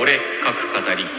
俺書く語り。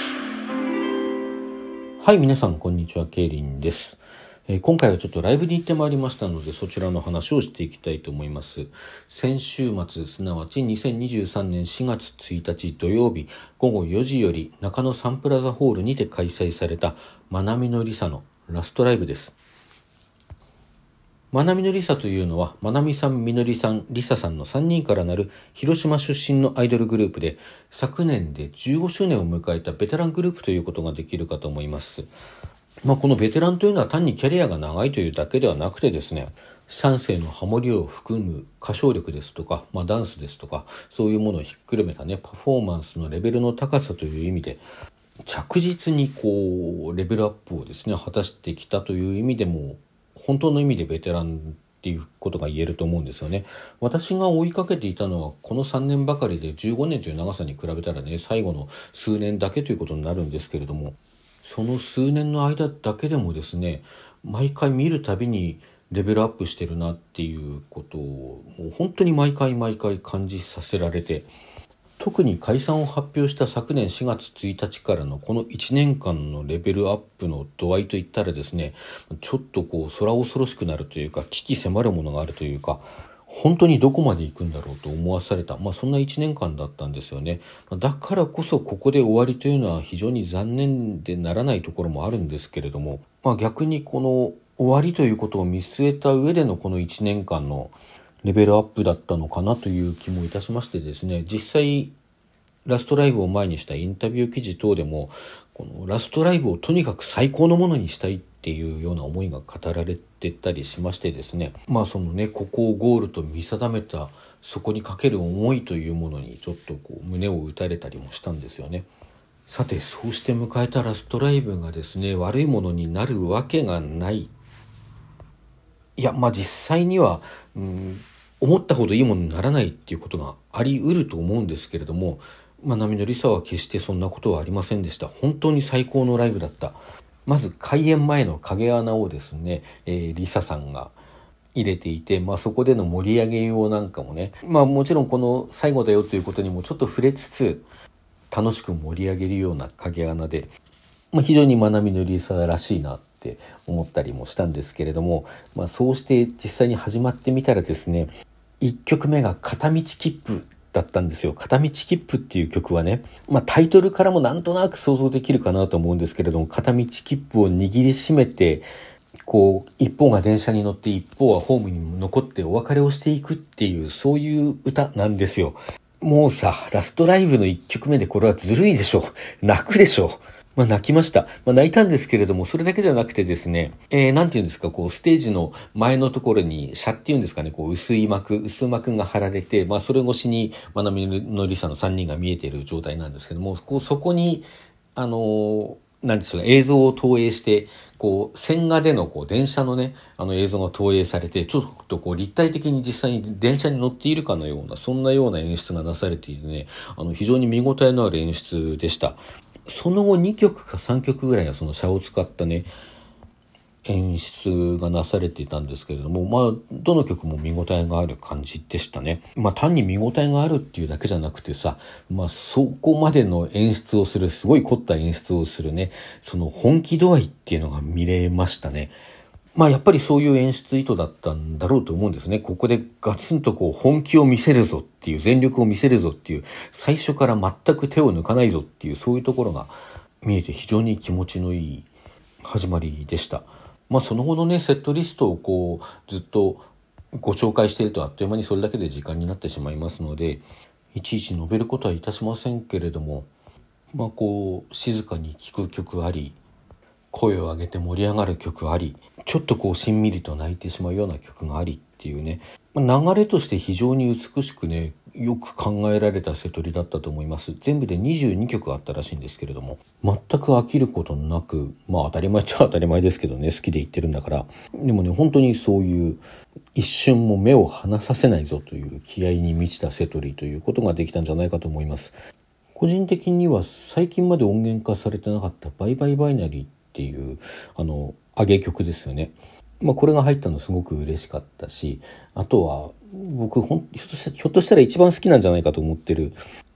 はい、皆さんこんにちは、ケイリンです。今回はちょっとライブに行ってまいりましたので、そちらの話をしていきたいと思います。先週末、すなわち2023年4月1日土曜日午後4時より中野サンプラザホールにて開催されたまなみのりさのラストライブです。まなみのりさというのは、まなみさん、みのりさん、りささんの3人からなる広島出身のアイドルグループで、昨年で15周年を迎えたベテラングループということができるかと思います。このベテランというのは単にキャリアが長いというだけではなくてですね、3世のハモリを含む歌唱力ですとか、ダンスですとか、そういうものをひっくるめたね、パフォーマンスのレベルの高さという意味で、着実にレベルアップをですね、果たしてきたという意味でも、本当の意味でベテランっていうことが言えると思うんですよね。私が追いかけていたのはこの3年ばかりで、15年という長さに比べたらね、最後の数年だけということになるんですけれども、その数年の間だけでもですね、毎回見るたびにレベルアップしてるなっていうことをもう本当に毎回感じさせられて、特に解散を発表した昨年4月1日からのこの1年間のレベルアップの度合いといったらですね、ちょっと空恐ろしくなるというか、危機迫るものがあるというか、本当にどこまで行くんだろうと思わされた、そんな1年間だったんですよね。だからこそここで終わりというのは非常に残念でならないところもあるんですけれども、逆にこの終わりということを見据えた上でのこの1年間のレベルアップだったのかなという気もいたしましてですね、実際ラストライブを前にしたインタビュー記事等でも、このラストライブをとにかく最高のものにしたいっていうような思いが語られてたりしましてですね、そのね、ここをゴールと見定めたそこにかける思いというものにちょっと胸を打たれたりもしたんですよね。さて、そうして迎えたラストライブがですね、悪いものになるわけがない。いや、実際には、思ったほどいいものにならないっていうことがあり得ると思うんですけれども、まなみのりさは決してそんなことはありませんでした。本当に最高のライブだった。まず開演前の影穴をですね、りささんが入れていて、そこでの盛り上げようなんかもね、もちろんこの最後だよということにもちょっと触れつつ、楽しく盛り上げるような影穴で、非常にまなみのりさらしいなって思ったりもしたんですけれども、そうして実際に始まってみたらですね、1曲目が片道切符だったんですよ。片道切符っていう曲はね、タイトルからもなんとなく想像できるかなと思うんですけれども、片道切符を握りしめて、一方が電車に乗って一方はホームに残ってお別れをしていくっていう、そういう歌なんですよ。もうさ、ラストライブの1曲目でこれはずるいでしょ。泣くでしょ。泣きました。泣いたんですけれども、それだけじゃなくてですね、なんていうんですか、ステージの前のところに、車っていうんですかね、薄幕が張られて、それ越しに、まなみのりさんの3人が見えている状態なんですけども、そこに、なんでしょう、映像を投影して、線画での電車のね、映像が投影されて、ちょっと立体的に実際に電車に乗っているかのような、そんなような演出がなされていてね、非常に見応えのある演出でした。その後2曲か3曲ぐらいはその車を使ったね、演出がなされていたんですけれども、どの曲も見応えがある感じでしたね。単に見応えがあるっていうだけじゃなくてさ、そこまでの演出をする、すごい凝った演出をするね、その本気度合いっていうのが見れましたね。やっぱりそういう演出意図だったんだろうと思うんですね。ここでガツンと本気を見せるぞっていう、全力を見せるぞっていう、最初から全く手を抜かないぞっていう、そういうところが見えて非常に気持ちのいい始まりでした。その後のね、セットリストをずっとご紹介しているとあっという間にそれだけで時間になってしまいますので、いちいち述べることはいたしませんけれども、静かに聴く曲あり、声を上げて盛り上がる曲あり、ちょっとしんみりと泣いてしまうような曲がありっていうね、流れとして非常に美しくね、よく考えられたセトリだったと思います。全部で22曲あったらしいんですけれども、全く飽きることなく、当たり前っちゃ当たり前ですけどね、好きで言ってるんだから。でもね、本当にそういう一瞬も目を離させないぞという気合に満ちたセトリということができたんじゃないかと思います。個人的には最近まで音源化されてなかったバイバイバイナリーっていう上げ曲ですよね。これが入ったのすごく嬉しかったし、あとは僕ひょっとしたら一番好きなんじゃないかと思ってる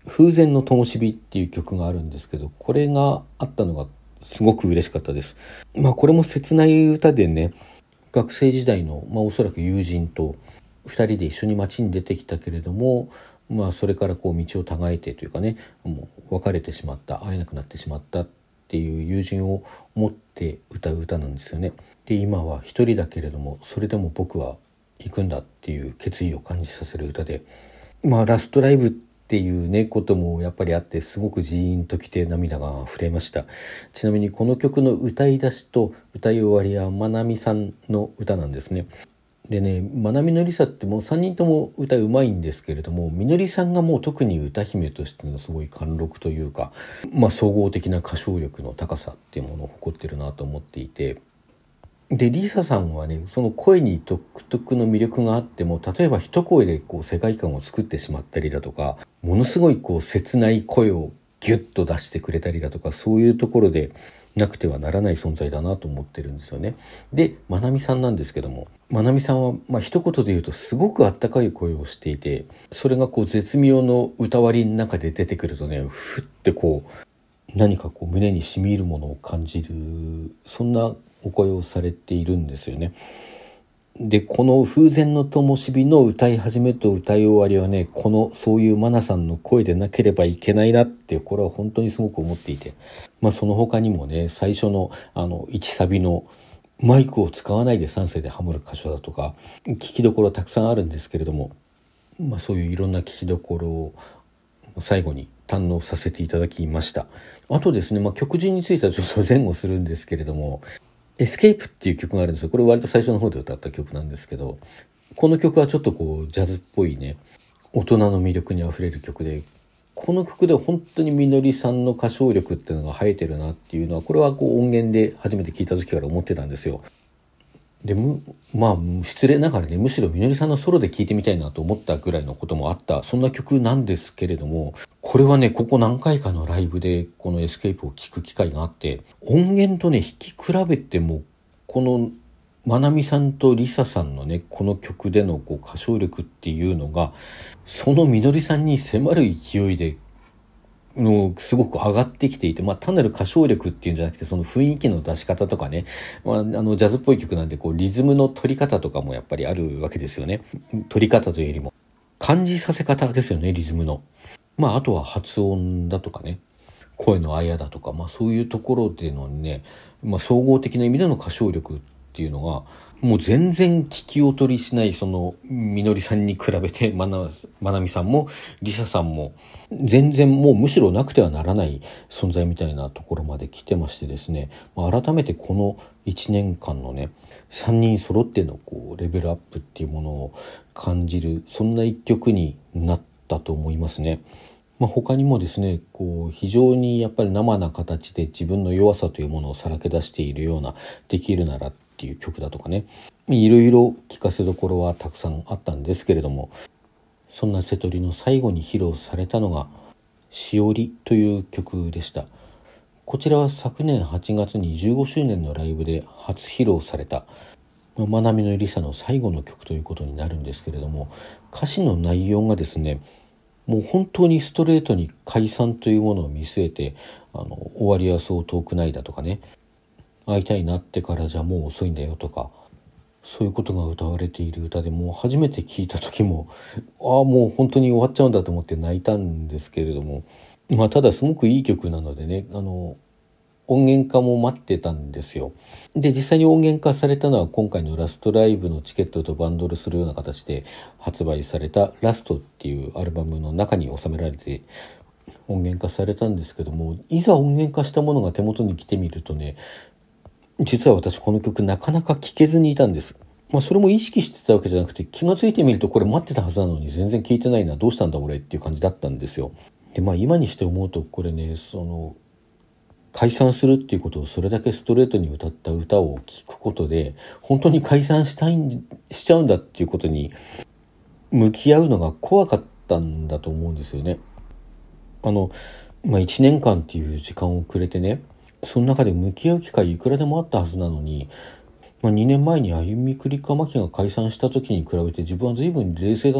風前の灯火っていう曲があるんですけど、これがあったのがすごく嬉しかったです。これも切ない歌でね、学生時代の、おそらく友人と2人で一緒に街に出てきたけれども、それから道を違えてというかね、もう別れてしまった、会えなくなってしまったっていう友人を思って歌う歌なんですよね。で、今は一人だけれども、それでも僕は行くんだっていう決意を感じさせる歌で、ラストライブっていうねこともやっぱりあって、すごくジーンときて涙が溢れました。ちなみにこの曲の歌い出しと歌い終わりはまなみさんの歌なんですね。でね、まなみのりさってもう3人とも歌うまいんですけれども、みのりさんがもう特に歌姫としてのすごい貫禄というか、総合的な歌唱力の高さっていうものを誇ってるなと思っていて、でリサさんはね、その声に独特の魅力があっても、例えば一声で世界観を作ってしまったりだとか、ものすごい切ない声をギュッと出してくれたりだとか、そういうところでなくてはならない存在だなと思ってるんですよね。でまなみさんなんですけども、まなみさんは一言で言うとすごくあったかい声をしていて、それが絶妙の歌割りの中で出てくるとね、ふって何か胸に染み入るものを感じる、そんなお声をされているんですよね。でこの風前の灯火の歌い始めと歌い終わりはね、そういうマナさんの声でなければいけないなって、これは本当にすごく思っていて、その他にもね、最初の1サビのマイクを使わないで3声でハモる箇所だとか、聞きどころたくさんあるんですけれども、そういういろんな聞きどころを最後に堪能させていただきました。あとですね、曲順についてはちょっと前後するんですけれども、エスケープっていう曲があるんですよ。これ割と最初の方で歌った曲なんですけど、この曲はちょっとジャズっぽいね、大人の魅力にあふれる曲で、この曲で本当にみのりさんの歌唱力っていうのが生えてるなっていうのは、これは音源で初めて聞いた時から思ってたんですよ。で失礼ながらね、むしろみのりさんのソロで聴いてみたいなと思ったぐらいのこともあった、そんな曲なんですけれども、これはね、ここ何回かのライブでこのエスケープを聴く機会があって、音源とね弾き比べても、このまなみさんとりささんのね、この曲での歌唱力っていうのが、そのみのりさんに迫る勢いですごく上がってきていて、単なる歌唱力っていうんじゃなくて、その雰囲気の出し方とかね、ジャズっぽい曲なんでリズムの取り方とかもやっぱりあるわけですよね。取り方というよりも感じさせ方ですよね、リズムの。あとは発音だとかね、声のあやだとか、そういうところでのね、総合的な意味での歌唱力っていうのがもう全然聞き劣りしない、そのみのりさんに比べてまなみさんもりささんも全然もうむしろなくてはならない存在みたいなところまで来てましてですね、改めてこの1年間のね、3人揃ってのレベルアップっていうものを感じる、そんな一曲になったと思いますね。他にもですね、非常にやっぱり生な形で自分の弱さというものをさらけ出しているようなできるならっていう曲だとかね、いろいろ聴かせどころはたくさんあったんですけれども、そんな瀬戸りの最後に披露されたのがしおりという曲でした。こちらは昨年8月に15周年のライブで初披露されたまなみのりさの最後の曲ということになるんですけれども、歌詞の内容がですね、もう本当にストレートに解散というものを見据えて、終わりはそう遠くないだとかね、会いたいなってからじゃもう遅いんだよとか、そういうことが歌われている歌で、もう初めて聞いた時ももう本当に終わっちゃうんだと思って泣いたんですけれども、ただすごくいい曲なのでね、音源化も待ってたんですよ。で実際に音源化されたのは今回のラストライブのチケットとバンドルするような形で発売されたラストっていうアルバムの中に収められて音源化されたんですけども、いざ音源化したものが手元に来てみるとね、実は私この曲なかなか聴けずにいたんです。それも意識してたわけじゃなくて、気がついてみるとこれ待ってたはずなのに全然聴いてないな、どうしたんだ俺っていう感じだったんですよ。で今にして思うと、これね、解散するっていうことをそれだけストレートに歌った歌を聴くことで、本当に解散しちゃうんだっていうことに向き合うのが怖かったんだと思うんですよね。1年間っていう時間をくれてね、その中で向き合う機会いくらでもあったはずなのに、2年前にあゆみくりかまきが解散した時に比べて自分は随分冷静だなって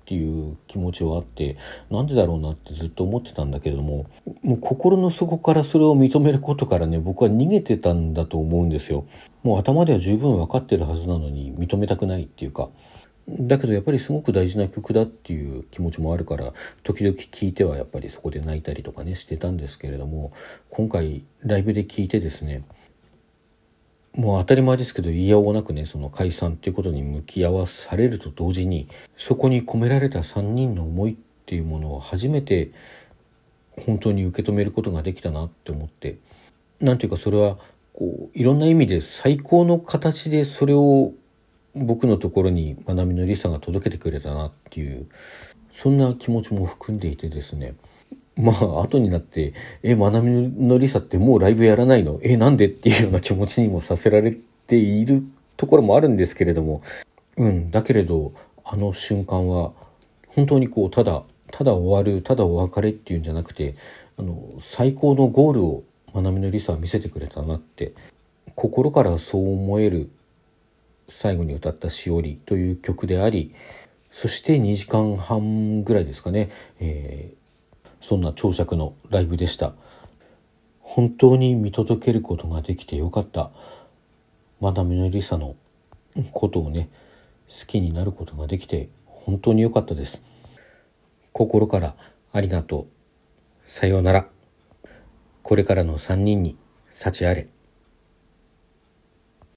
っていう気持ちはあって、なんでだろうなってずっと思ってたんだけれども、もう心の底からそれを認めることからね、僕は逃げてたんだと思うんですよ。もう頭では十分分かってるはずなのに認めたくないっていうか、だけどやっぱりすごく大事な曲だっていう気持ちもあるから、時々聴いてはやっぱりそこで泣いたりとかねしてたんですけれども、今回ライブで聴いてですね、もう当たり前ですけどいやおうなくね、その解散っていうことに向き合わされると同時に、そこに込められた3人の思いっていうものを初めて本当に受け止めることができたなって思って、なんていうか、それはこういろんな意味で最高の形でそれを僕のところにまなみのりさが届けてくれたなっていう、そんな気持ちも含んでいてですね、まあ後になってまなみのりさってもうライブやらないのなんでっていうような気持ちにもさせられているところもあるんですけれども、だけれどあの瞬間は本当にこうただ終わる、ただお別れっていうんじゃなくて、最高のゴールをまなみのりさは見せてくれたなって、心からそう思える最後に歌ったしおりという曲であり、そして2時間半ぐらいですかね、そんな長尺のライブでした。本当に見届けることができてよかった。まなみのりさのことをね、好きになることができて本当によかったです。心からありがとう。さようなら。これからの3人に幸あれ。